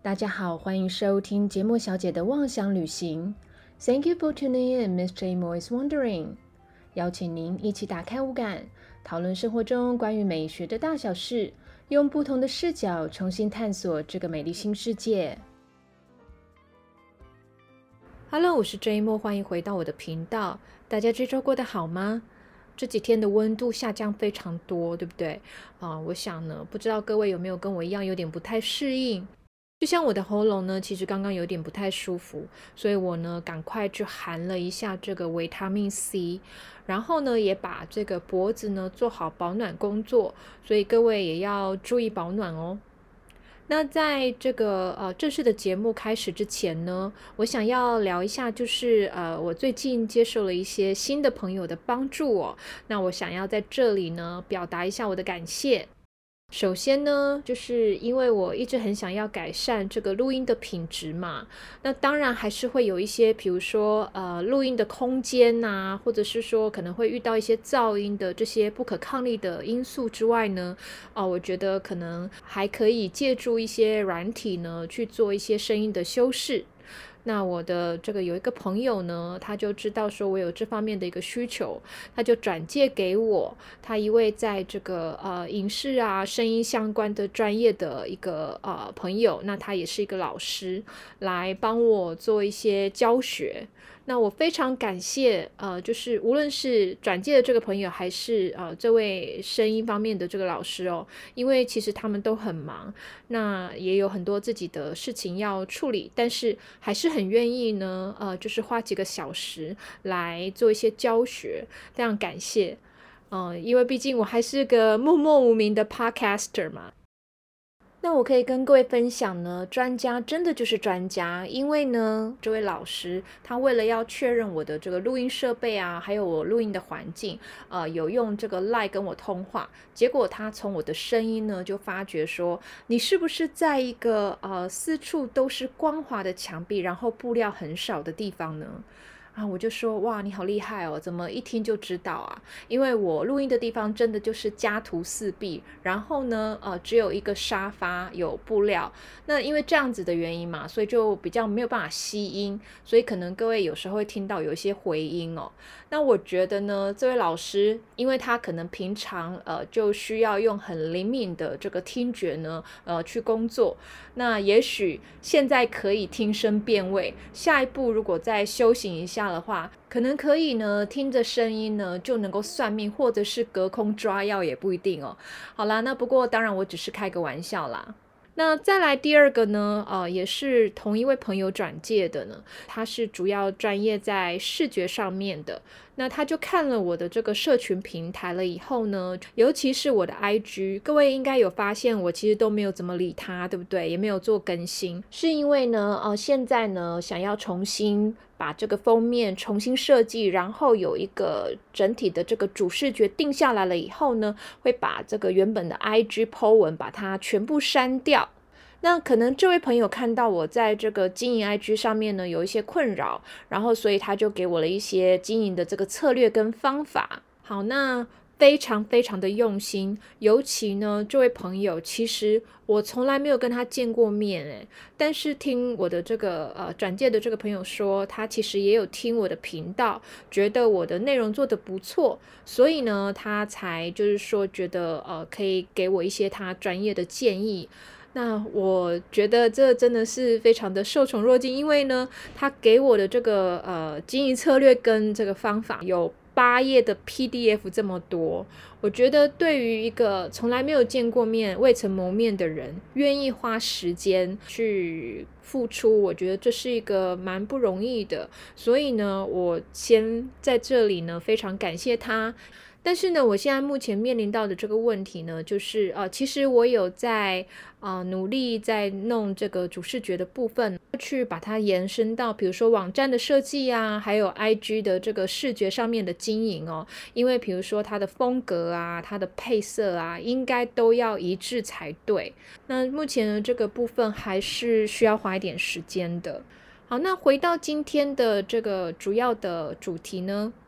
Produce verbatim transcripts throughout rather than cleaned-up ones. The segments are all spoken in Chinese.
大家好，欢迎收听节目小姐的妄想旅行。Thank you for tuning in, Miss J Mo is wondering。邀请您一起打开五感，讨论生活中关于美学的大小事，用不同的视角重新探索这个美丽新世界。Hello， 我是 J Mo， 欢迎回到我的频道。大家这周过得好吗？这几天的温度下降非常多，对不对？啊、呃，我想呢，不知道各位有没有跟我一样有点不太适应。就像我的喉咙呢，其实刚刚有点不太舒服，所以我呢赶快去含了一下这个维他命 C， 然后呢也把这个脖子呢做好保暖工作，所以各位也要注意保暖哦。那在这个呃正式的节目开始之前呢，我想要聊一下，就是呃我最近接受了一些新的朋友的帮助哦，那我想要在这里呢表达一下我的感谢。首先呢，就是因为我一直很想要改善这个录音的品质嘛，那当然还是会有一些，比如说呃录音的空间呐、啊，或者是说可能会遇到一些噪音的这些不可抗力的因素之外呢，哦、呃，我觉得可能还可以借助一些软体呢去做一些声音的修饰。那我的这个有一个朋友呢，他就知道说我有这方面的一个需求，他就转介给我他一位在这个呃影视啊声音相关的专业的一个呃朋友，那他也是一个老师，来帮我做一些教学。那我非常感谢呃就是无论是转介的这个朋友还是呃这位声音方面的这个老师哦，因为其实他们都很忙，那也有很多自己的事情要处理，但是还是很愿意呢呃就是花几个小时来做一些教学，非常感谢。呃因为毕竟我还是个默默无名的 podcaster 嘛。那我可以跟各位分享呢，专家真的就是专家，因为呢，这位老师他为了要确认我的这个录音设备啊，还有我录音的环境，呃，有用这个 Line 跟我通话，结果他从我的声音呢就发觉说，你是不是在一个呃四处都是光滑的墙壁，然后布料很少的地方呢？啊，我就说哇，你好厉害哦，怎么一听就知道啊？因为我录音的地方真的就是家徒四壁，然后呢，呃，只有一个沙发有布料。那因为这样子的原因嘛，所以就比较没有办法吸音，所以可能各位有时候会听到有一些回音哦。那我觉得呢，这位老师，因为他可能平常呃就需要用很灵敏的这个听觉呢，呃去工作。那也许现在可以听声辨位，下一步如果再修行一下的话，可能可以呢听着声音呢就能够算命，或者是隔空抓药也不一定哦。好啦，那不过当然我只是开个玩笑啦。那再来第二个呢，呃，也是同一位朋友转介的呢，他是主要专业在视觉上面的。那他就看了我的这个社群平台了以后呢，尤其是我的 I G， 各位应该有发现我其实都没有怎么理他，对不对？也没有做更新，是因为呢，呃，现在呢想要重新把这个封面重新设计，然后有一个整体的这个主视觉定下来了以后呢，会把这个原本的 I G po 文把它全部删掉。那可能这位朋友看到我在这个经营 I G 上面呢有一些困扰，然后所以他就给我了一些经营的这个策略跟方法。好，那非常非常的用心，尤其呢这位朋友其实我从来没有跟他见过面诶，但是听我的这个呃转介的这个朋友说，他其实也有听我的频道，觉得我的内容做得不错，所以呢他才就是说觉得呃可以给我一些他专业的建议。那我觉得这真的是非常的受宠若惊，因为呢，他给我的这个呃经营策略跟这个方法有八页的 P D F 这么多，我觉得对于一个从来没有见过面、未曾谋面的人，愿意花时间去付出，我觉得这是一个蛮不容易的。所以呢，我先在这里呢，非常感谢他。但是呢，我现在目前面临到的这个问题呢，就是呃，其实我有在呃努力在弄这个主视觉的部分，去把它延伸到比如说网站的设计啊，还有 I G 的这个视觉上面的经营哦。因为比如说它的风格啊，它的配色啊，应该都要一致才对。那目前呢，这个部分还是需要花一点时间的。好，那回到今天的这个主要的主题呢，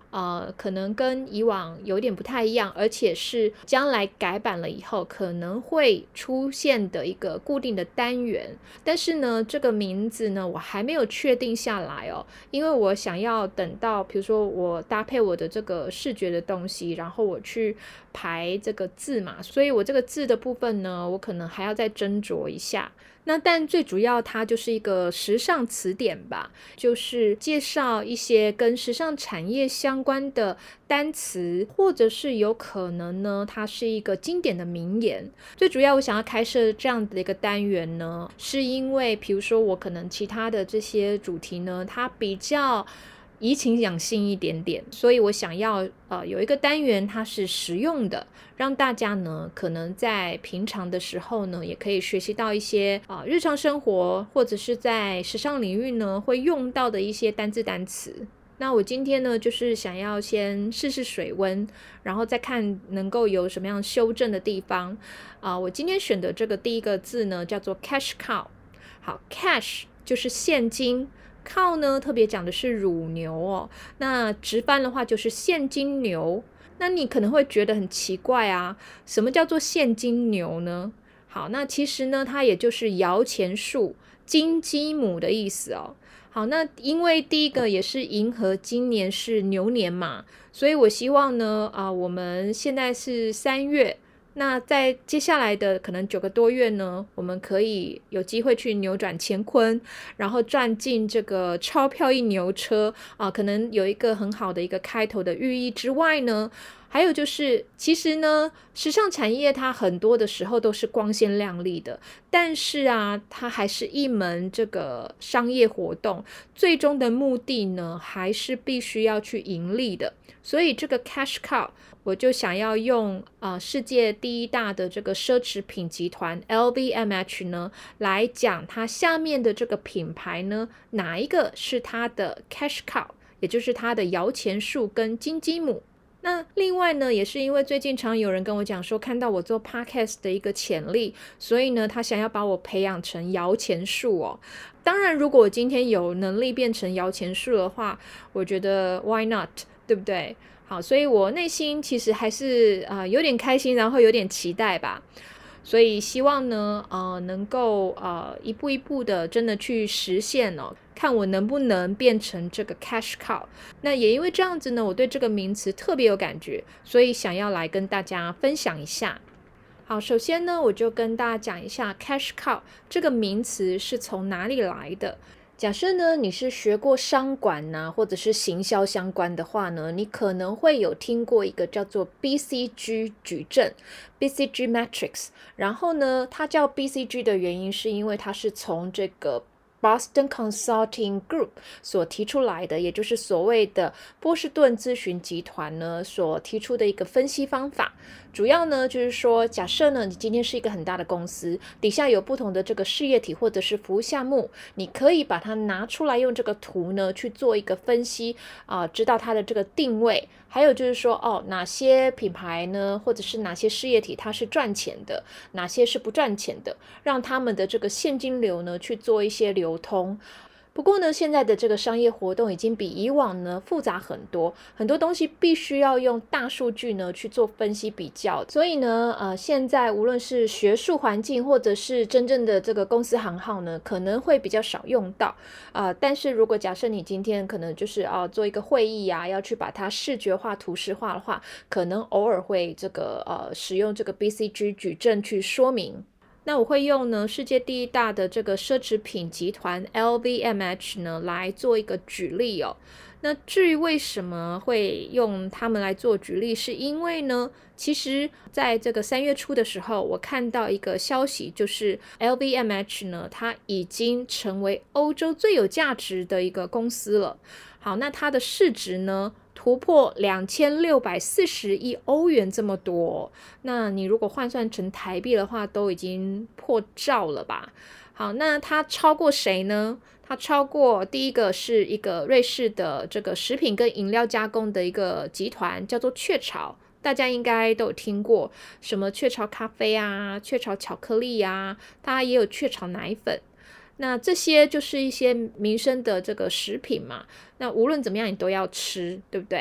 呃，可能跟以往有点不太一样，而且是将来改版了以后可能会出现的一个固定的单元。但是呢，这个名字呢，我还没有确定下来哦，因为我想要等到，比如说我搭配我的这个视觉的东西，然后我去排这个字嘛，所以我这个字的部分呢，我可能还要再斟酌一下。那但最主要它就是一个时尚词典吧，就是介绍一些跟时尚产业相关的单词，或者是有可能呢它是一个经典的名言。最主要我想要开设这样的一个单元呢，是因为比如说我可能其他的这些主题呢，它比较怡情养性一点点，所以我想要呃有一个单元它是实用的，让大家呢可能在平常的时候呢也可以学习到一些呃日常生活或者是在时尚领域呢会用到的一些单字单词。那我今天呢就是想要先试试水温，然后再看能够有什么样修正的地方啊、呃。我今天选的这个第一个字呢叫做 cash cow。 好， cash 就是现金，cow 呢特别讲的是乳牛哦，那直翻的话就是现金牛。那你可能会觉得很奇怪啊，什么叫做现金牛呢？好，那其实呢它也就是摇钱树、金鸡母的意思哦。好，那因为第一个也是迎合今年是牛年嘛，所以我希望呢啊、呃，我们现在是三月，那在接下来的可能九个多月呢，我们可以有机会去扭转乾坤，然后赚进这个钞票一牛车啊、呃，可能有一个很好的一个开头的寓意之外呢，还有就是其实呢时尚产业它很多的时候都是光鲜亮丽的，但是啊它还是一门这个商业活动，最终的目的呢还是必须要去盈利的。所以这个 cash cow 我就想要用呃世界第一大的这个奢侈品集团 L V M H 呢来讲它下面的这个品牌呢哪一个是它的 cash cow， 也就是它的摇钱树跟金鸡母。那另外呢，也是因为最近常有人跟我讲说，看到我做 podcast 的一个潜力，所以呢，他想要把我培养成摇钱树哦。当然，如果我今天有能力变成摇钱树的话，我觉得 why not， 对不对？好，所以我内心其实还是呃有点开心，然后有点期待吧。所以希望呢，呃，能够呃一步一步的真的去实现哦，看我能不能变成这个 cash cow。那也因为这样子呢，我对这个名词特别有感觉，所以想要来跟大家分享一下。好，首先呢，我就跟大家讲一下 cash cow 这个名词是从哪里来的。假设呢你是学过商管啊，或者是行销相关的话呢，你可能会有听过一个叫做 B C G 矩阵 B C G Matrix。 然后呢它叫 B C G 的原因是因为它是从这个Boston Consulting Group 所提出来的，也就是所谓的波士顿咨询集团呢所提出的一个分析方法。主要呢就是说，假设呢你今天是一个很大的公司，底下有不同的这个事业体或者是服务项目，你可以把它拿出来用这个图呢去做一个分析啊、呃，知道它的这个定位，还有就是说哦哪些品牌呢或者是哪些事业体它是赚钱的，哪些是不赚钱的，让他们的这个现金流呢去做一些流通。不过呢，现在的这个商业活动已经比以往呢复杂很多，很多东西必须要用大数据呢去做分析比较，所以呢，呃，现在无论是学术环境或者是真正的这个公司行号呢，可能会比较少用到，呃，但是如果假设你今天可能就是啊、呃、做一个会议啊，要去把它视觉化、图示化的话，可能偶尔会这个呃使用这个 B C G 矩阵去说明。那我会用呢世界第一大的这个奢侈品集团 L V M H 呢来做一个举例哦。那至于为什么会用他们来做举例，是因为呢，其实在这个三月初的时候，我看到一个消息，就是 L V M H 呢，它已经成为欧洲最有价值的一个公司了。好，那它的市值呢突破两千六百四十亿欧元这么多，那你如果换算成台币的话，都已经破兆了吧？好，那它超过谁呢？它超过第一个是一个瑞士的这个食品跟饮料加工的一个集团，叫做雀巢。大家应该都有听过什么雀巢咖啡啊、雀巢巧克力啊，它也有雀巢奶粉。那这些就是一些民生的这个食品嘛，那无论怎么样你都要吃，对不对？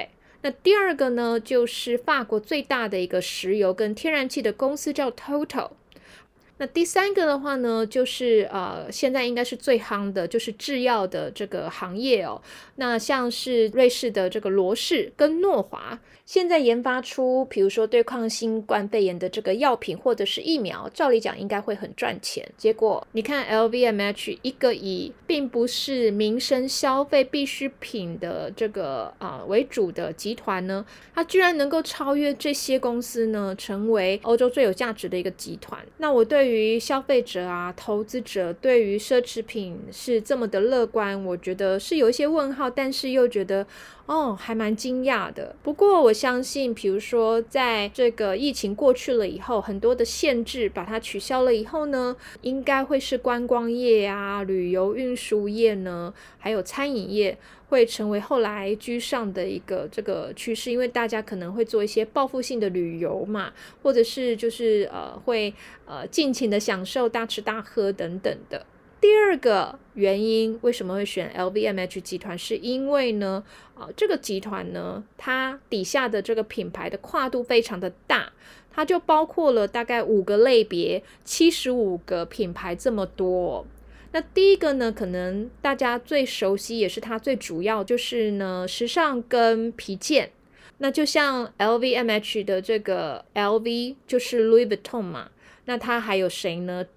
那第二个呢，就是法国最大的一个石油跟天然气的公司叫 Total。那第三个的话呢，就是呃，现在应该是最夯的，就是制药的这个行业哦。那像是瑞士的这个罗氏跟诺华，现在研发出比如说对抗新冠肺炎的这个药品或者是疫苗，照理讲应该会很赚钱。结果你看 L V M H 一个以并不是民生消费必需品的这个啊、呃、为主的集团呢，它居然能够超越这些公司呢，成为欧洲最有价值的一个集团。那我对于消费者啊、投资者对于奢侈品是这么的乐观，我觉得是有一些问号，但是又觉得哦，还蛮惊讶的。不过我相信，比如说在这个疫情过去了以后，很多的限制把它取消了以后呢，应该会是观光业啊、旅游运输业呢，还有餐饮业会成为后来居上的一个这个趋势，因为大家可能会做一些报复性的旅游嘛，或者是就是呃会呃尽情的享受大吃大喝等等的。第二个原因为什么会选 L V M H 集团，是因为呢，呃，这个集团呢，它底下的这个品牌的跨度非常的大，它就包括了大概五个类别，七十五个品牌这么多。那第一个呢，可能大家最熟悉，也是它最主要，就是呢，时尚跟皮件。那就像 L V M H 的这个 L V 就是 Louis Vuitton 嘛，那它还有谁呢？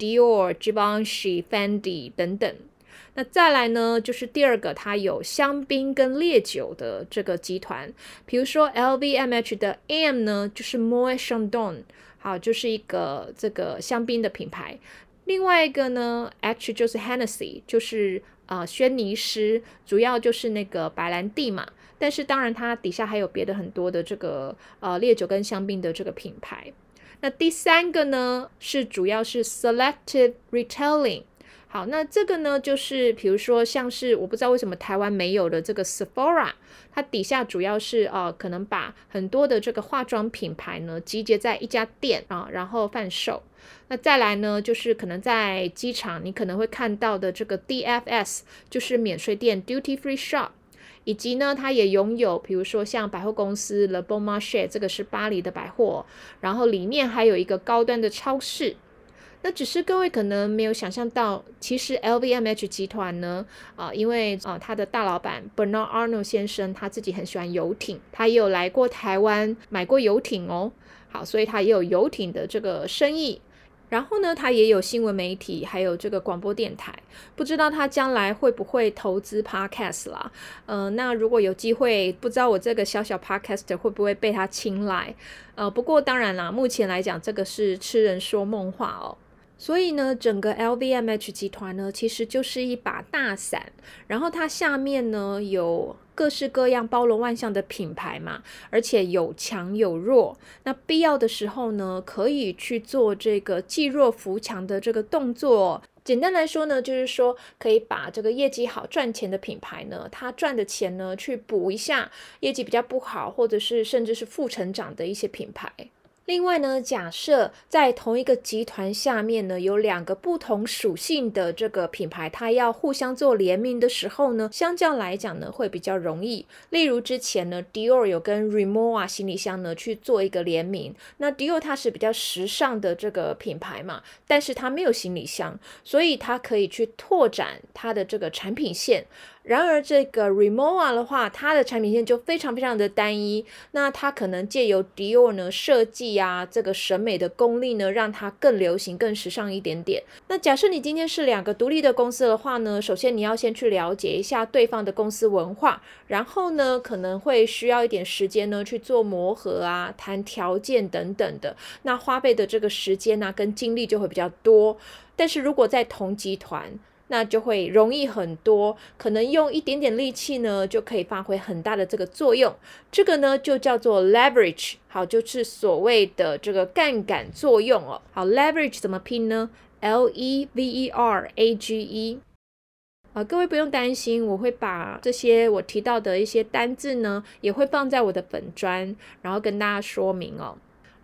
Dior、Givenchy、Fendi 等等。那再来呢，就是第二个，它有香槟跟烈酒的这个集团，比如说 L V M H 的 M 呢，就是 Moet Chandon， 好，就是一个这个香槟的品牌。另外一个呢 H 就是 Hennessy， 就是呃轩尼诗，主要就是那个白兰地嘛，但是当然它底下还有别的很多的这个呃烈酒跟香槟的这个品牌。那第三个呢，是主要是 selective retailing。好，那这个呢，就是比如说像是我不知道为什么台湾没有的这个 Sephora， 它底下主要是呃可能把很多的这个化妆品牌呢集结在一家店啊，然后贩售。那再来呢，就是可能在机场你可能会看到的这个 D F S， 就是免税店 Duty Free Shop。以及呢，它也拥有比如说像百货公司 Le Bon Marché， 这个是巴黎的百货，然后里面还有一个高端的超市。那只是各位可能没有想象到，其实 L V M H 集团呢，呃、因为呃他的大老板 Bernard Arnault 先生他自己很喜欢游艇，他也有来过台湾买过游艇哦，好，所以他也有游艇的这个生意。然后呢，他也有新闻媒体，还有这个广播电台，不知道他将来会不会投资 podcast 啦？呃，那如果有机会，不知道我这个小小 podcaster 会不会被他青睐？呃，不过当然啦，目前来讲，这个是痴人说梦话哦。所以呢，整个 L V M H 集团呢，其实就是一把大伞，然后它下面呢有各式各样包罗万象的品牌嘛，而且有强有弱，那必要的时候呢，可以去做这个济弱扶强的这个动作。简单来说呢，就是说可以把这个业绩好赚钱的品牌呢，它赚的钱呢，去补一下业绩比较不好，或者是甚至是负成长的一些品牌。另外呢，假设在同一个集团下面呢，有两个不同属性的这个品牌，它要互相做联名的时候呢，相较来讲呢，会比较容易。例如之前呢 Dior 有跟 Rimowa 行李箱呢去做一个联名，那 Dior 它是比较时尚的这个品牌嘛，但是它没有行李箱，所以它可以去拓展它的这个产品线。然而这个 Rimowa 的话，它的产品线就非常非常的单一，那它可能借由 Dior 呢设计啊这个审美的功力呢，让它更流行更时尚一点点。那假设你今天是两个独立的公司的话呢，首先你要先去了解一下对方的公司文化，然后呢可能会需要一点时间呢去做磨合啊，谈条件等等的，那花费的这个时间啊跟精力就会比较多。但是如果在同集团，那就会容易很多，可能用一点点力气呢，就可以发挥很大的这个作用。这个呢就叫做 leverage， 好，就是所谓的这个杠杆作用哦。好 ，leverage 怎么拼呢 ？L E V E R A G E。呃，各位不用担心，我会把这些我提到的一些单字呢，也会放在我的粉专，然后跟大家说明哦。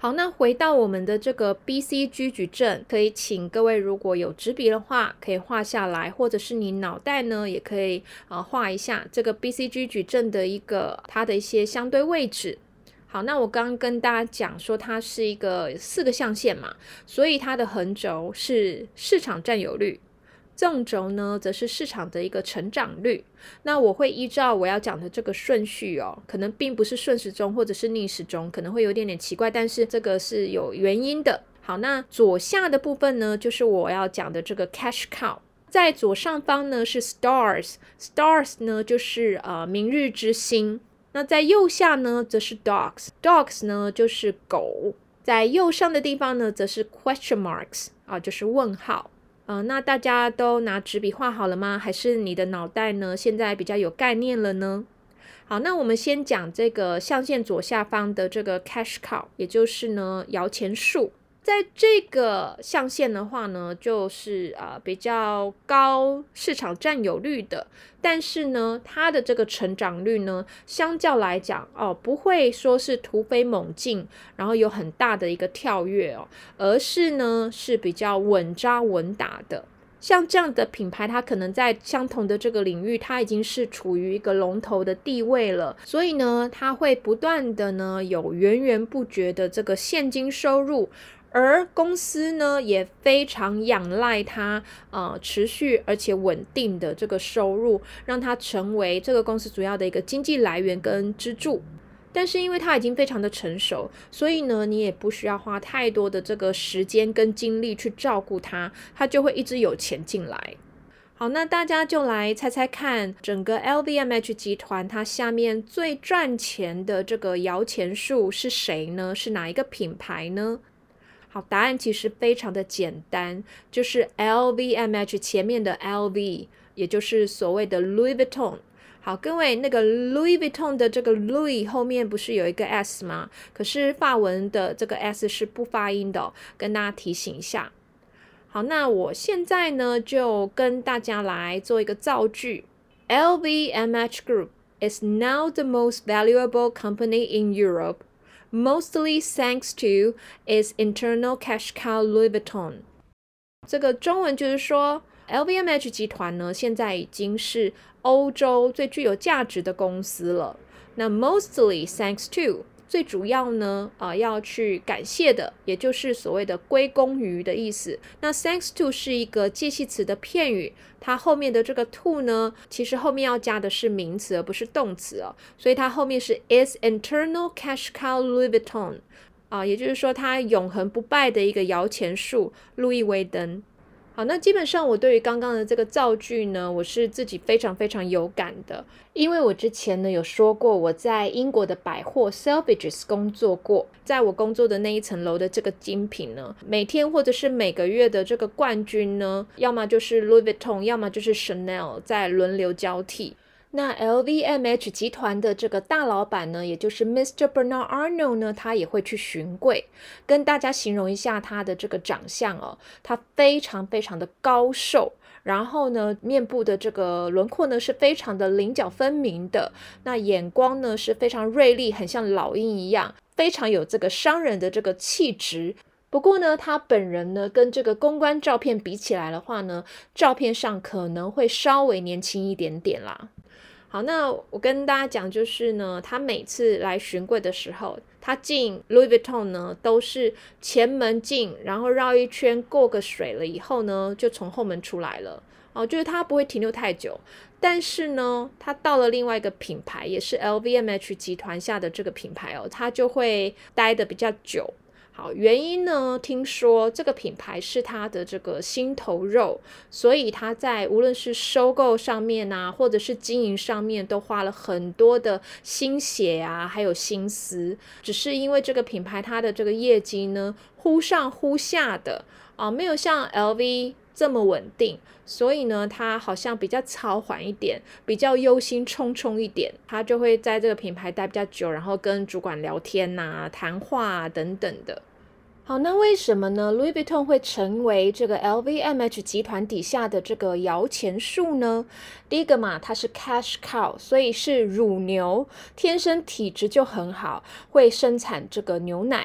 好，那回到我们的这个 B C G 矩阵，可以请各位如果有纸笔的话，可以画下来，或者是你脑袋呢，也可以呃画一下这个 B C G 矩阵的一个它的一些相对位置。好，那我刚刚跟大家讲说它是一个四个象限嘛，所以它的横轴是市场占有率，纵轴呢则是市场的一个成长率。那我会依照我要讲的这个顺序哦，可能并不是顺时钟或者是逆时钟，可能会有点点奇怪，但是这个是有原因的。好，那左下的部分呢，就是我要讲的这个 cash cow。在左上方呢是 stars， stars 呢就是呃明日之星。那在右下呢则是 dogs， dogs 呢就是狗。在右上的地方呢则是 question marks 啊，就是问号。呃，那大家都拿纸笔画好了吗？还是你的脑袋呢现在比较有概念了呢？好，那我们先讲这个象限左下方的这个 cash cow， 也就是呢摇钱树。在这个象限的话呢，就是呃比较高市场占有率的，但是呢，它的这个成长率呢，相较来讲哦，不会说是突飞猛进，然后有很大的一个跳跃哦，而是呢是比较稳扎稳打的。像这样的品牌，它可能在相同的这个领域，它已经是处于一个龙头的地位了，所以呢，它会不断的呢有源源不绝的这个现金收入。而公司呢也非常仰赖它呃持续而且稳定的这个收入，让它成为这个公司主要的一个经济来源跟支柱。但是因为它已经非常的成熟，所以呢你也不需要花太多的这个时间跟精力去照顾它，它就会一直有钱进来。好，那大家就来猜猜看，整个 L V M H 集团它下面最赚钱的这个摇钱树是谁呢？是哪一个品牌呢？好，答案其实非常的简单，就是 L V M H 前面的 L V， 也就是所谓的 Louis Vuitton。好，各位，那个 Louis Vuitton 的这个 Louis 后面不是有一个 S 吗？可是法文的这个 S 是不发音的哦，跟大家提醒一下。好，那我现在呢就跟大家来做一个造句。L V M H Group is now the most valuable company in Europe.Mostly thanks to its internal cash cow Louis Vuitton。 这个中文就是说 L V M H 集团呢现在已经是欧洲最具有价值的公司了。那 mostly thanks to 最主要呢、呃、要去感谢的，也就是所谓的归功于的意思。那 thanks to 是一个介系词的片语，它后面的这个 to 呢，其实后面要加的是名词而不是动词哦，所以它后面是 its internal cash cow Louis Vuitton、呃、也就是说它永恒不败的一个摇钱树路易威登。好，那基本上我对于刚刚的这个造句呢，我是自己非常非常有感的，因为我之前呢有说过我在英国的百货 Selfridges 工作过，在我工作的那一层楼的这个精品呢，每天或者是每个月的这个冠军呢，要么就是 Louis Vuitton， 要么就是 Chanel 在轮流交替。那 L V M H 集团的这个大老板呢，也就是 Mister Bernard Arnault 呢，他也会去巡柜。跟大家形容一下他的这个长相哦，他非常非常的高瘦，然后呢，面部的这个轮廓呢是非常的棱角分明的，那眼光呢是非常锐利，很像老鹰一样，非常有这个商人的这个气质。不过呢，他本人呢跟这个公关照片比起来的话呢，照片上可能会稍微年轻一点点啦。好，那我跟大家讲就是呢，他每次来巡柜的时候，他进 Louis Vuitton 呢都是前门进，然后绕一圈过个水了以后呢，就从后门出来了。哦，就是他不会停留太久。但是呢，他到了另外一个品牌，也是 L V M H 集团下的这个品牌哦，他就会待得比较久。好，原因呢，听说这个品牌是他的这个心头肉，所以他在无论是收购上面啊，或者是经营上面，都花了很多的心血啊，还有心思。只是因为这个品牌它的这个业绩呢，忽上忽下的啊，没有像 L V 这么稳定，所以呢，他好像比较草缓一点，比较忧心忡忡一点，他就会在这个品牌待比较久，然后跟主管聊天啊、谈话啊等等的。好，那为什么呢 Louis Vuitton 会成为这个 L V M H 集团底下的这个摇钱树呢？第一个嘛，它是 cash cow， 所以是乳牛，天生体质就很好，会生产这个牛奶。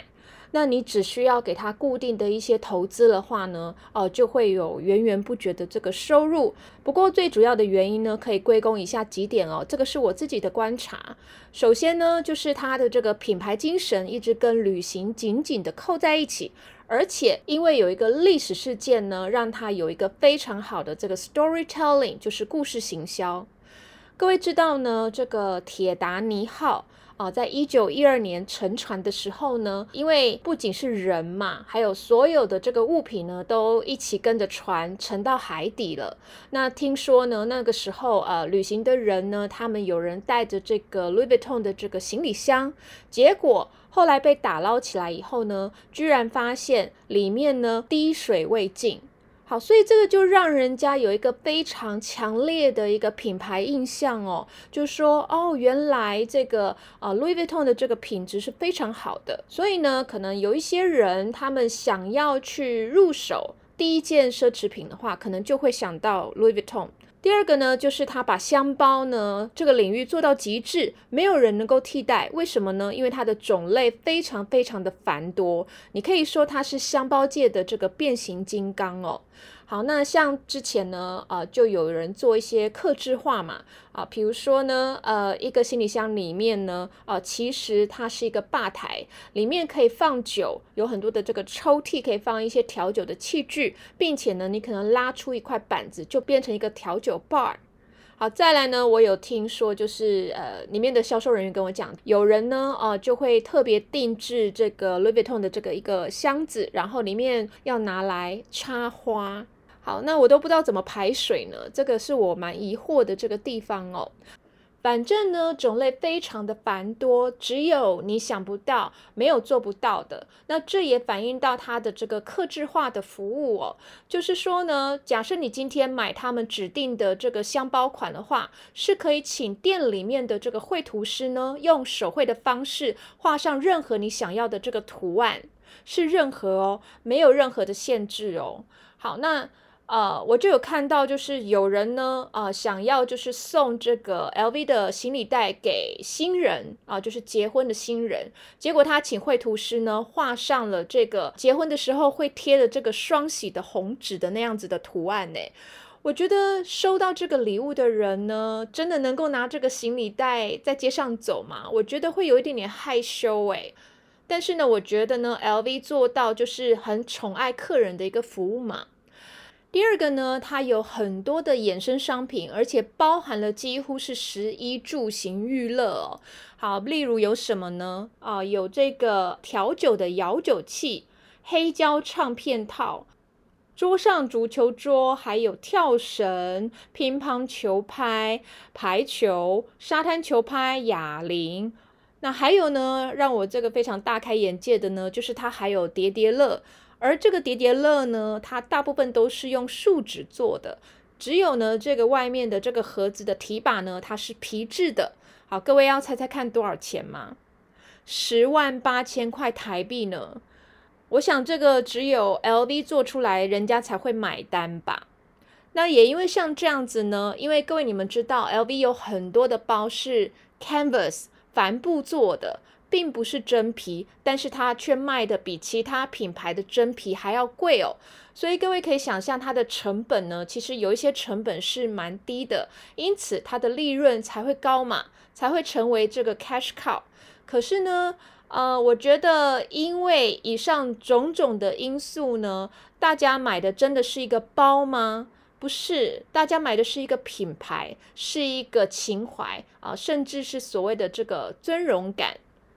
那你只需要给它固定的一些投资的话呢，哦、呃，就会有源源不绝的这个收入。不过最主要的原因呢，可以归功以下几点哦，这个是我自己的观察。首先呢，就是它的这个品牌精神一直跟旅行紧紧的扣在一起，而且因为有一个历史事件呢，让它有一个非常好的这个 storytelling， 就是故事行销。各位知道呢，这个铁达尼号啊，在一九一二年沉船的时候呢，因为不仅是人嘛，还有所有的这个物品呢，都一起跟着船沉到海底了。那听说呢，那个时候呃，旅行的人呢，他们有人带着这个 Louis Vuitton 的这个行李箱，结果后来被打捞起来以后呢，居然发现里面呢滴水未进。好，所以这个就让人家有一个非常强烈的一个品牌印象哦，就是说哦，原来这个呃 Louis Vuitton 的这个品质是非常好的，所以呢，可能有一些人他们想要去入手第一件奢侈品的话，可能就会想到 Louis Vuitton。第二个呢，就是他把箱包呢这个领域做到极致，没有人能够替代。为什么呢？因为它的种类非常非常的繁多，你可以说它是箱包界的这个变形金刚哦。好，那像之前呢，呃，就有人做一些客制化嘛，啊、呃，比如说呢，呃，一个行李箱里面呢，呃，其实它是一个吧台，里面可以放酒，有很多的这个抽屉可以放一些调酒的器具，并且呢，你可能拉出一块板子，就变成一个调酒 bar。好，再来呢，我有听说，就是呃，里面的销售人员跟我讲，有人呢，呃，就会特别定制这个 Louis Vuitton 的这个一个箱子，然后里面要拿来插花。好，那我都不知道怎么排水呢，这个是我蛮疑惑的这个地方哦。反正呢，种类非常的繁多，只有你想不到，没有做不到的。那这也反映到它的这个客制化的服务哦。就是说呢，假设你今天买他们指定的这个箱包款的话，是可以请店里面的这个绘图师呢，用手绘的方式画上任何你想要的这个图案，是任何哦，没有任何的限制哦。好，那呃，我就有看到，就是有人呢，呃，想要就是送这个 L V 的行李袋给新人啊、呃，就是结婚的新人，结果他请绘图师呢画上了这个结婚的时候会贴的这个双喜的红纸的那样子的图案呢。我觉得收到这个礼物的人呢，真的能够拿这个行李袋在街上走吗？我觉得会有一点点害羞诶。但是呢，我觉得呢 ，L V 做到就是很宠爱客人的一个服务嘛。第二个呢，它有很多的衍生商品，而且包含了几乎是食衣住行娱乐哦。好，例如有什么呢？啊，有这个调酒的摇酒器、黑胶唱片套、桌上足球桌，还有跳绳、乒乓球拍、排球、沙滩球拍、哑铃。那还有呢，让我这个非常大开眼界的呢，就是它还有叠叠乐。而这个叠叠乐呢，它大部分都是用树脂做的，只有呢这个外面的这个盒子的提把呢，它是皮质的。好，各位要猜猜看多少钱吗？十万八千块台币呢。我想这个只有 L V 做出来，人家才会买单吧。那也因为像这样子呢，因为各位你们知道 L V 有很多的包是 canvas 帆布做的，并不是真皮，但是它却卖的比其他品牌的真皮还要贵哦。所以各位可以想象它的成本呢，其实有一些成本是蛮低的，因此它的利润才会高嘛，才会成为这个 cash cow。可是呢，呃，我觉得因为以上种种的因素呢，大家买的真的是一个包吗？不是，大家买的是一个品牌，是一个情怀啊、呃，甚至是所谓的这个尊荣感。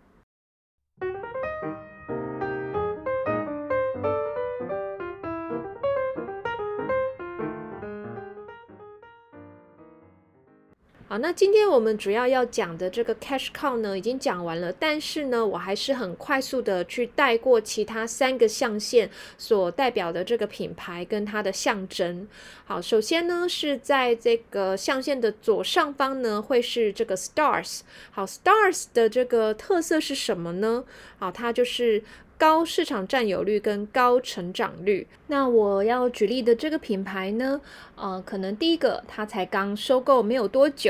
好，那今天我们主要要讲的这个 cash cow 呢，已经讲完了，但是呢，我还是很快速的去带过其他三个象限所代表的这个品牌跟它的象征。好，首先呢是在这个象限的左上方呢，会是这个 stars。好 ，stars 的这个特色是什么呢？好，它就是高市场占有率跟高成长率。那我要举例的这个品牌呢，呃，可能第一个它才刚收购没有多久，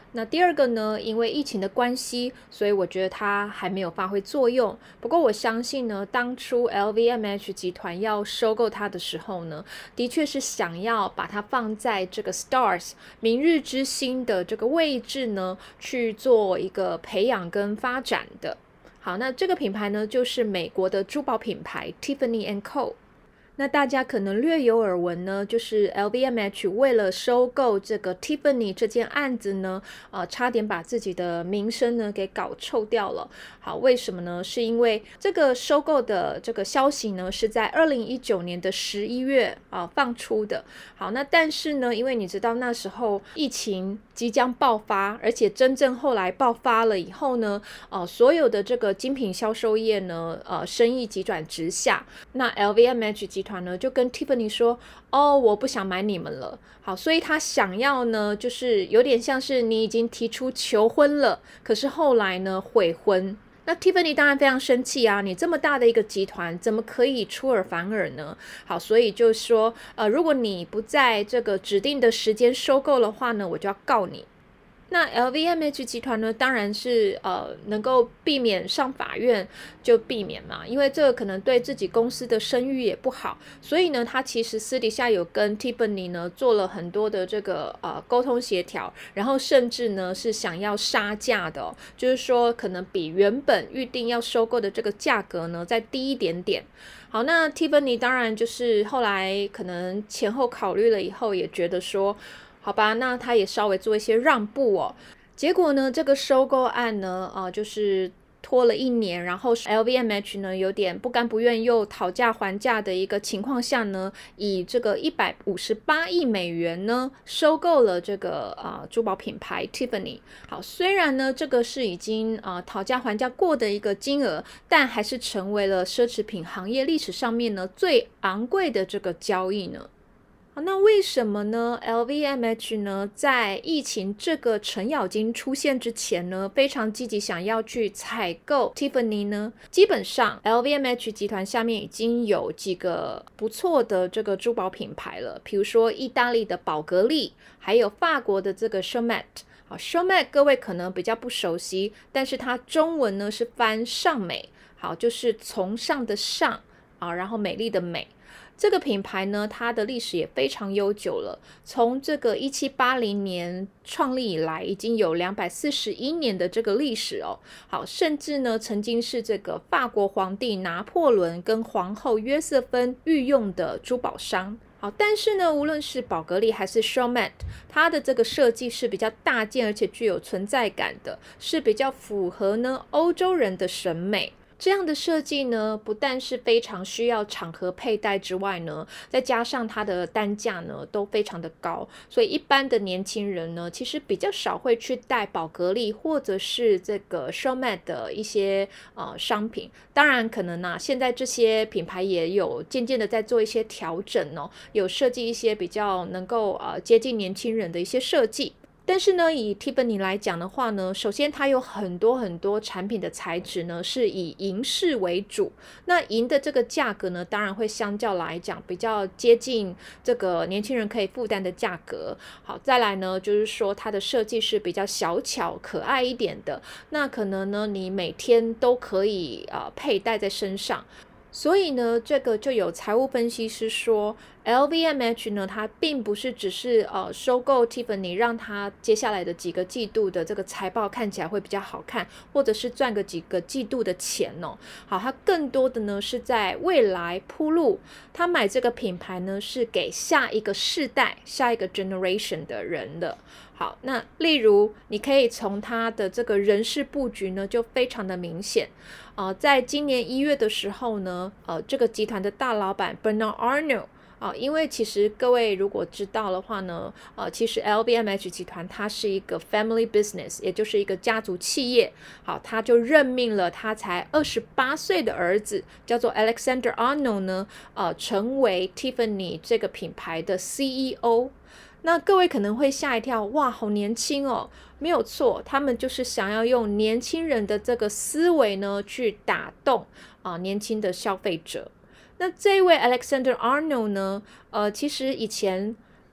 那第二个呢，因为疫情的关系，所以我觉得它还没有发挥作用。不过我相信呢，当初 L V M H 集团要收购它的时候呢，的确是想要把它放在这个 Stars 明日之星的这个位置呢，去做一个培养跟发展的。好，那这个品牌呢，就是美国的珠宝品牌 Tiffany and Co。那大家可能略有耳闻呢，就是 L V M H 为了收购这个 Tiffany 这件案子呢，呃，差点把自己的名声呢给搞臭掉了。好，为什么呢？是因为这个收购的这个消息呢，是在二零一九年的十一月啊、呃、放出的。好，那但是呢，因为你知道那时候疫情即将爆发，而且真正后来爆发了以后呢，呃，所有的这个精品销售业呢，呃，生意急转直下。那 L V M H 集团呢就跟 Tiffany 说，哦，我不想买你们了。好，所以他想要呢，就是有点像是你已经提出求婚了，可是后来呢悔婚。那 Tiffany 当然非常生气啊，你这么大的一个集团，怎么可以出尔反尔呢？好，所以就说，呃，如果你不在这个指定的时间收购的话呢，我就要告你。那 L V M H 集团呢，当然是呃能够避免上法院就避免嘛，因为这个可能对自己公司的声誉也不好，所以呢，他其实私底下有跟 Tiffany 呢做了很多的这个呃沟通协调，然后甚至呢是想要杀价的、哦，就是说可能比原本预定要收购的这个价格呢再低一点点。好，那 Tiffany 当然就是后来可能前后考虑了以后，也觉得说。好吧，那他也稍微做一些让步哦。结果呢，这个收购案呢，呃，就是拖了一年，然后 L V M H 呢有点不甘不愿又讨价还价的一个情况下呢，以这个一百五十八亿美元呢收购了这个呃珠宝品牌 Tiffany。好，虽然呢这个是已经呃讨价还价过的一个金额，但还是成为了奢侈品行业历史上面呢最昂贵的这个交易呢。那为什么呢 ？L V M H 呢，在疫情这个程咬金出现之前呢，非常积极想要去采购 Tiffany 呢？基本上 ，L V M H 集团下面已经有几个不错的这个珠宝品牌了，比如说意大利的宝格丽，还有法国的这个 Chaumet。好 ，Chaumet 各位可能比较不熟悉，但是它中文呢是翻尚美，好，就是从上的上啊，然后美丽的美。这个品牌呢，它的历史也非常悠久了，从这个一七八零年创立以来，已经有两百四十一年的这个历史哦。好，甚至呢，曾经是这个法国皇帝拿破仑跟皇后约瑟芬御用的珠宝商。好，但是呢，无论是宝格丽还是 Chaumet， 它的这个设计是比较大件，而且具有存在感的，是比较符合呢欧洲人的审美。这样的设计呢，不但是非常需要场合佩戴之外呢，再加上它的单价呢都非常的高，所以一般的年轻人呢，其实比较少会去戴宝格丽或者是这个 Chaumet 的一些呃商品。当然可能啊，现在这些品牌也有渐渐的在做一些调整哦，有设计一些比较能够呃接近年轻人的一些设计。但是呢，以 Tiffany 来讲的话呢，首先它有很多很多产品的材质呢是以银饰为主，那银的这个价格呢，当然会相较来讲比较接近这个年轻人可以负担的价格。好，再来呢，就是说它的设计是比较小巧可爱一点的，那可能呢你每天都可以呃佩戴在身上。所以呢，这个就有财务分析师说 ，L V M H 呢，它并不是只是呃收购 Tiffany， 让它接下来的几个季度的这个财报看起来会比较好看，或者是赚个几个季度的钱哦。好，它更多的呢是在未来铺路。他买这个品牌呢，是给下一个世代、下一个 generation 的人的。好，那例如你可以从它的这个人事布局呢，就非常的明显。呃，在今年一月的时候呢，呃，这个集团的大老板 Bernard Arnault。啊、呃，因为其实各位如果知道的话呢，呃，其实 L V M H 集团它是一个 family business， 也就是一个家族企业。好，他就任命了他才二十八岁的儿子，叫做 Alexander Arnault 呢，呃，成为 Tiffany 这个品牌的 C E O。那各位可能会吓一跳，哇，好年轻哦！没有错，他们就是想要用年轻人的这个思维呢，去打动啊、呃、年轻的消费者。那这位 Alexander Arnault 呢，呃，其实以前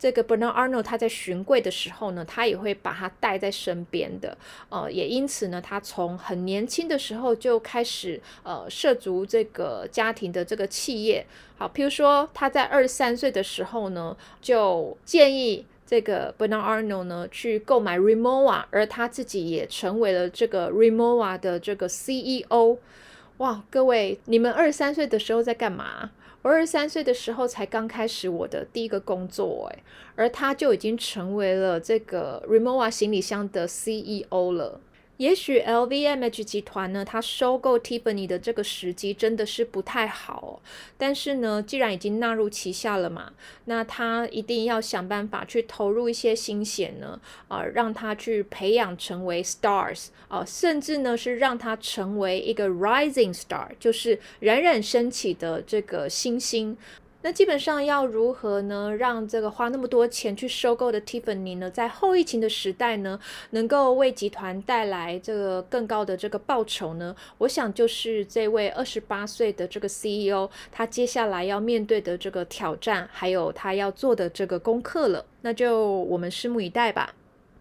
这个 Bernard Arnault 他在巡柜的时候呢，他也会把它带在身边的，呃，也因此呢，他从很年轻的时候就开始呃涉足这个家庭的这个企业。好，譬如说他在二十三岁的时候呢，就建议这个 Bernard Arnault 呢去购买 Rimowa， 而他自己也成为了这个 Rimowa 的这个 C E O。哇，各位，你们二十三岁的时候在干嘛？我二十三岁的时候才刚开始我的第一个工作，诶，而他就已经成为了这个 Rimowa 行李箱的 C E O 了。也许 L V M H 集团呢，它收购 Tiffany 的这个时机真的是不太好哦，但是呢，既然已经纳入旗下了嘛，那他一定要想办法去投入一些心血呢，呃，让他去培养成为 stars，呃，甚至呢是让他成为一个 rising star， 就是冉冉升起的这个星星。那基本上要如何呢，让这个花那么多钱去收购的 Tiffany 呢，在后疫情的时代呢，能够为集团带来这个更高的这个报酬呢？我想就是这位二十八岁的这个 C E O， 他接下来要面对的这个挑战，还有他要做的这个功课了。那就我们拭目以待吧。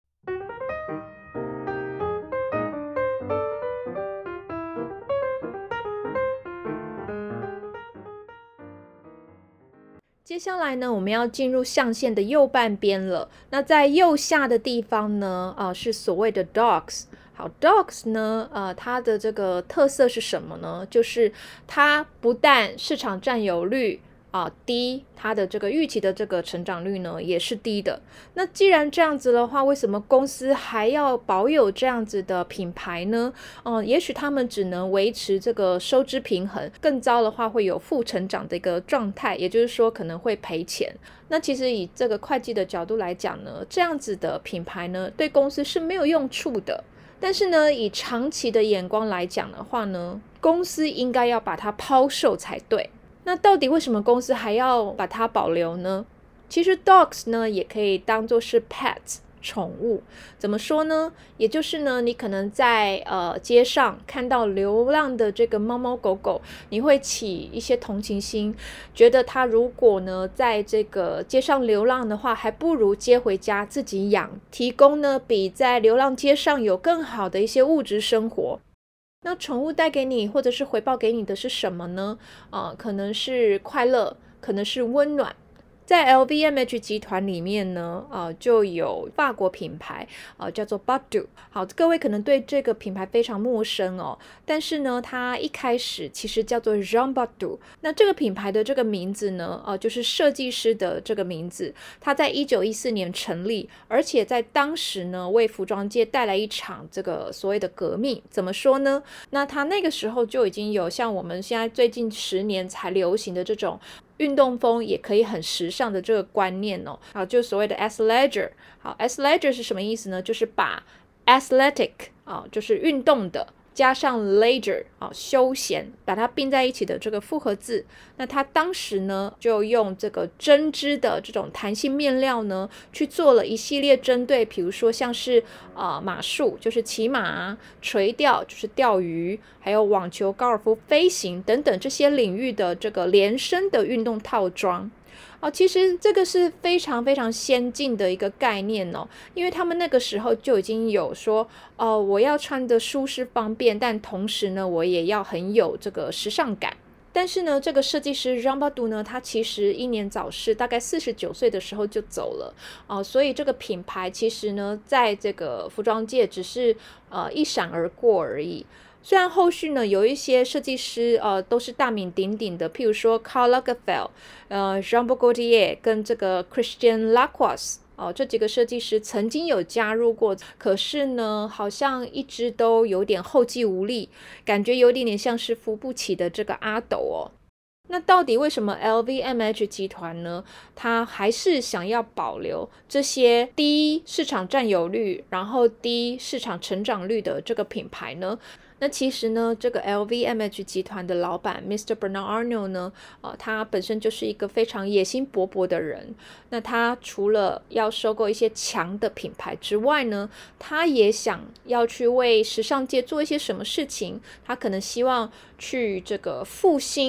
接下来呢，我们要进入象限的右半边了。那在右下的地方呢，呃，是所谓的 dogs。好 ，dogs 呢，呃，它的这个特色是什么呢？就是它不但市场占有率啊、呃、低，它的这个预期的这个成长率呢也是低的。那既然这样子的话，为什么公司还要保有这样子的品牌呢？嗯、呃，也许他们只能维持这个收支平衡，更糟的话会有负成长的一个状态，也就是说可能会赔钱。那其实以这个会计的角度来讲呢，这样子的品牌呢对公司是没有用处的。但是呢，以长期的眼光来讲的话呢，公司应该要把它抛售才对。那到底为什么公司还要把它保留呢？其实 dogs 呢也可以当作是 pets 宠物。怎么说呢？也就是呢，你可能在呃街上看到流浪的这个猫猫狗狗，你会起一些同情心，觉得它如果呢在这个街上流浪的话，还不如接回家自己养，提供呢比在流浪街上有更好的一些物质生活。那宠物带给你或者是回报给你的是什么呢？呃，可能是快乐，可能是温暖。在 L V M H 集团里面呢，呃，就有法国品牌，呃，叫做 Bardot。好，各位可能对这个品牌非常陌生哦，但是呢，它一开始其实叫做 Jean Bardot。那这个品牌的这个名字呢，呃，就是设计师的这个名字。它在一九一四年成立，而且在当时呢，为服装界带来一场这个所谓的革命。怎么说呢？那它那个时候就已经有像我们现在最近十年才流行的这种运动风也可以很时尚的这个观念哦，好，就所谓的 athleisure。好 ，athleisure 是什么意思呢？就是把 athletic 啊，就是运动的，加上 leisure 啊，休闲，把它并在一起的这个复合字。那它当时呢，就用这个针织的这种弹性面料呢，去做了一系列针对，比如说像是呃马术，就是骑马；垂钓，就是钓鱼；还有网球、高尔夫、飞行等等这些领域的这个连身的运动套装。哦，其实这个是非常非常先进的一个概念哦，因为他们那个时候就已经有说，哦，我要穿的舒适方便，但同时呢，我也要很有这个时尚感。但是呢，这个设计师 Jean Bardot 呢，他其实英年早逝，大概四十九岁的时候就走了哦、呃，所以这个品牌其实呢，在这个服装界只是呃一闪而过而已。虽然后续呢有一些设计师呃都是大名鼎鼎的，譬如说 Karl Lagerfeld、呃 Jean Paul Gaultier 跟这个 Christian Lacroix。哦，这几个设计师曾经有加入过，可是呢，好像一直都有点后继无力，感觉有点点像是扶不起的这个阿斗哦。那到底为什么 L V M H 集团呢，它还是想要保留这些低市场占有率，然后低市场成长率的这个品牌呢？那其实呢，这个 L V M H 集团的老板 Mister Bernard Arnault 呢，呃，他本身就是一个非常野心勃勃的人。那他除了要收购一些强的品牌之外呢，他也想要去为时尚界做一些什么事情。他可能希望去这个复兴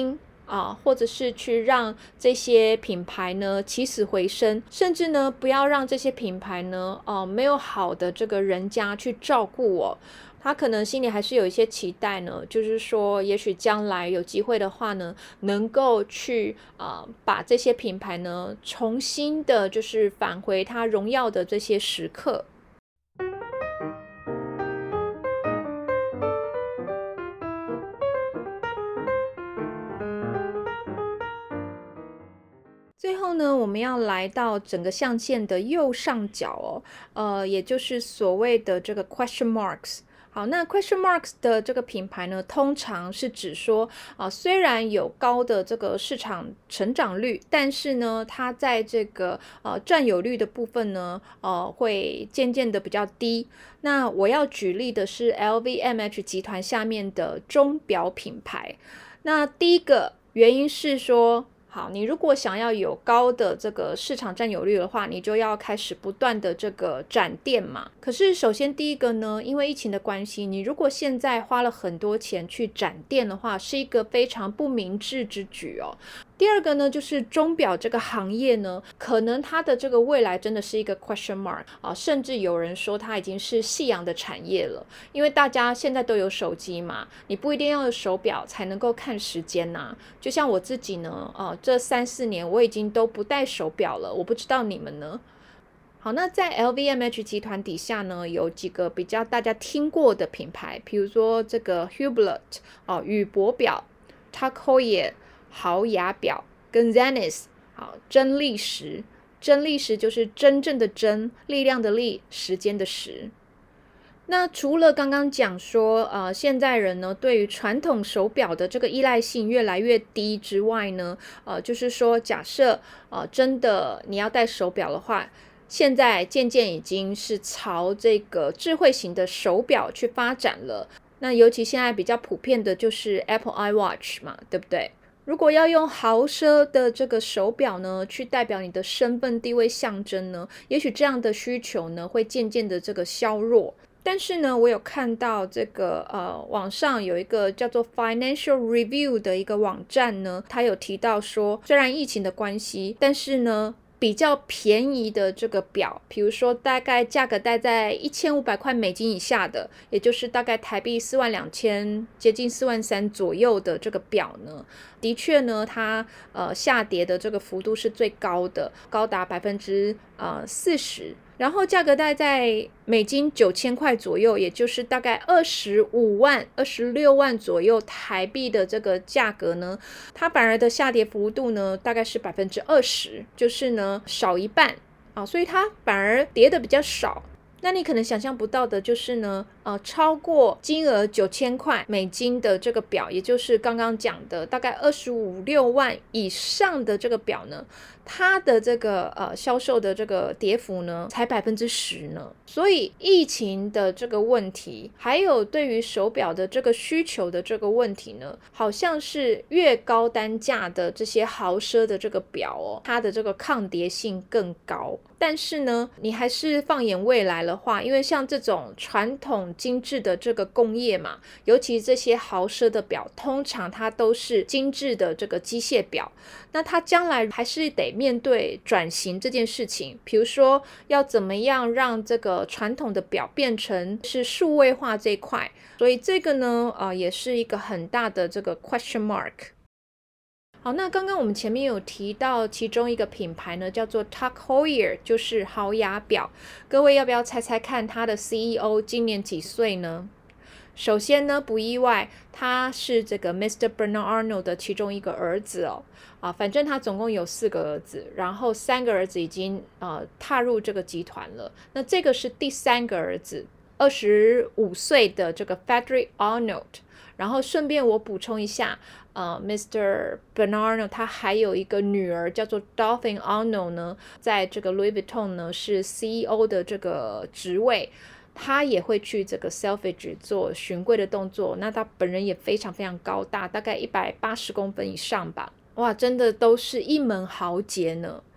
啊，或者是去让这些品牌呢起死回生，甚至呢不要让这些品牌呢，呃，没有好的这个人家去照顾我。他可能心里还是有一些期待呢，就是说，也许将来有机会的话呢，能够去呃把这些品牌呢重新的，就是返回它荣耀的这些时刻。最后呢，我们要来到整个象限的右上角哦，呃，也就是所谓的这个 question marks。好，那 question marks 的这个品牌呢，通常是指说，啊、呃，虽然有高的这个市场成长率，但是呢，它在这个呃占有率的部分呢，呃，会渐渐的比较低。那我要举例的是 L V M H 集团下面的钟表品牌。那第一个原因是说，好，你如果想要有高的这个市场占有率的话，你就要开始不断的这个展店嘛。可是首先第一个呢，因为疫情的关系，你如果现在花了很多钱去展店的话，是一个非常不明智之举哦。第二个呢，就是钟表这个行业呢，可能它的这个未来真的是一个 question mark 啊，甚至有人说它已经是夕阳的产业了，因为大家现在都有手机嘛，你不一定要有手表才能够看时间呐、啊。就像我自己呢，啊，这三四年我已经都不戴手表了，我不知道你们呢。好，那在 L V M H 集团底下呢，有几个比较大家听过的品牌，比如说这个 Hublot 哦，宇舶表 Tag Heuer 豪雅表跟 Zenith 好，真力时，真力时就是真正的真，力量的力，时间的时。那除了刚刚讲说，呃，现在人呢对于传统手表的这个依赖性越来越低之外呢，呃，就是说，假设呃真的你要戴手表的话，现在渐渐已经是朝这个智慧型的手表去发展了。那尤其现在比较普遍的就是 Apple iWatch 嘛，对不对？如果要用豪奢的这个手表呢，去代表你的身份地位象征呢，也许这样的需求呢，会渐渐的这个削弱。但是呢，我有看到这个呃，网上有一个叫做 Financial Review 的一个网站呢，它有提到说，虽然疫情的关系，但是呢，比较便宜的这个表，比如说大概价格带在一千五百块美金以下的，也就是大概台币四万两千，接近四万三左右的这个表呢，的确呢，它呃下跌的这个幅度是最高的，高达百分之呃四十。然后价格带在美金九千块左右，也就是大概二十五万、二十六万左右台币的这个价格呢，它反而的下跌幅度呢，大概是百分之二十，就是呢少一半啊，所以它反而跌的比较少。那你可能想象不到的就是呢，呃，超过金额九千块美金的这个表，也就是刚刚讲的大概二十五六万以上的这个表呢，它的这个呃销售的这个跌幅呢，才百分之十呢。所以疫情的这个问题，还有对于手表的这个需求的这个问题呢，好像是越高单价的这些豪奢的这个表哦，它的这个抗跌性更高。但是呢，你还是放眼未来的话，因为像这种传统精致的这个工业嘛，尤其这些豪奢的表，通常它都是精致的这个机械表，那它将来还是得面对转型这件事情，比如说要怎么样让这个传统的表变成是数位化这一块，所以这个呢，呃，也是一个很大的这个 question mark。好，那刚刚我们前面有提到其中一个品牌呢，叫做 Tag Heuer， 就是豪雅表。各位要不要猜猜看它的 C E O 今年几岁呢？首先呢，不意外，他是这个 Mister Bernard Arnault 的其中一个儿子哦。啊，反正他总共有四个儿子，然后三个儿子已经呃踏入这个集团了。那这个是第三个儿子，二十五岁的这个 Frederick Arnault。然后顺便我补充一下，呃 ，Mister Bernard 他还有一个女儿叫做 Dauphine Arnault 呢，在这个 Louis Vuitton 呢是 C E O 的这个职位，他也会去这个 Selfridge 做巡柜的动作。那他本人也非常非常高大，大概一百八十公分以上吧，哇，真的都是一门豪杰呢。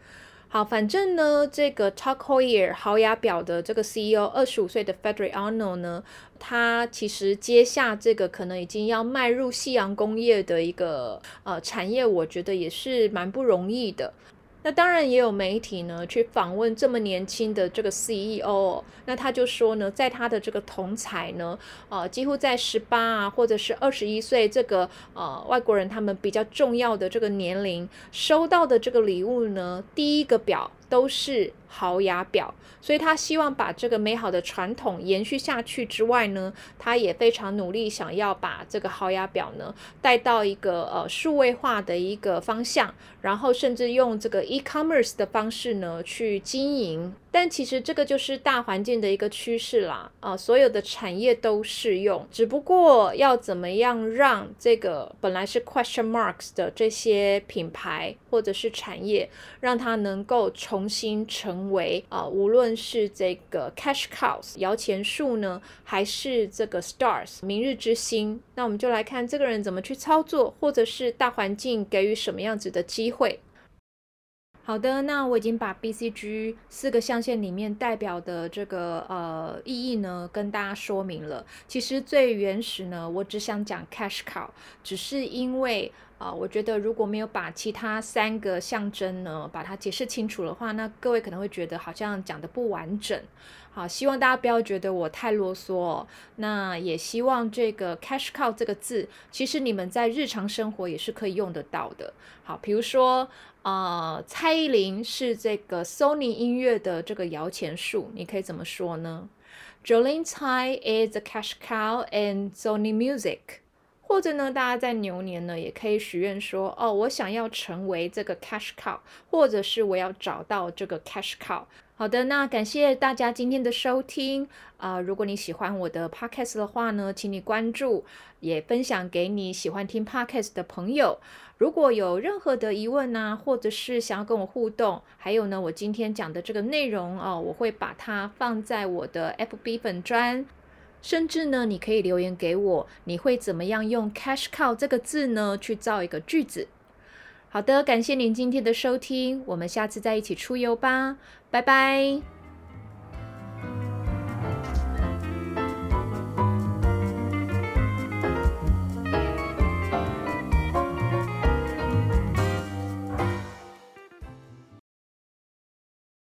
好，反正呢，这个 Tag Heuer 豪雅表的这个 C E O 二十五岁的 Federiano 呢，他其实接下这个可能已经要迈入夕阳工业的一个呃产业，我觉得也是蛮不容易的。那当然也有媒体呢去访问这么年轻的这个 C E O，哦，那他就说呢，在他的这个同才呢，呃，几乎在十八啊或者是二十一岁这个呃外国人他们比较重要的这个年龄收到的这个礼物呢，第一个表都是豪雅表，所以他希望把这个美好的传统延续下去之外呢，他也非常努力想要把这个豪雅表呢带到一个呃数位化的一个方向，然后甚至用这个 e-commerce 的方式呢去经营。但其实这个就是大环境的一个趋势啦，啊、呃，所有的产业都适用，只不过要怎么样让这个本来是 question marks 的这些品牌或者是产业，让它能够重新成为啊、呃，无论是这个 cash cows 摇钱树呢，还是这个 stars 明日之星，那我们就来看这个人怎么去操作，或者是大环境给予什么样子的机会。好的，那我已经把 B C G 四个象限里面代表的这个呃意义呢跟大家说明了。其实最原始呢，我只想讲 cash cow， 只是因为啊、呃，我觉得如果没有把其他三个象征呢把它解释清楚的话，那各位可能会觉得好像讲的不完整。好，希望大家不要觉得我太啰嗦哦。那也希望这个 cash cow 这个字，其实你们在日常生活也是可以用得到的。好，比如说。呃，蔡依林是这个 Sony 音乐的这个摇钱树，你可以怎么说呢？ Jolene Tsai is a cash cow in Sony Music。 或者呢，大家在牛年呢也可以许愿说，哦，我想要成为这个 cash cow， 或者是我要找到这个 cash cow。好的，那感谢大家今天的收听啊、呃！如果你喜欢我的 podcast 的话呢，请你关注，也分享给你喜欢听 podcast 的朋友。如果有任何的疑问啊，或者是想要跟我互动，还有呢，我今天讲的这个内容哦，我会把它放在我的 F B 粉专，甚至呢，你可以留言给我，你会怎么样用 cash cow 这个字呢去造一个句子。好的，感谢您今天的收听，我们下次再一起出游吧，拜拜。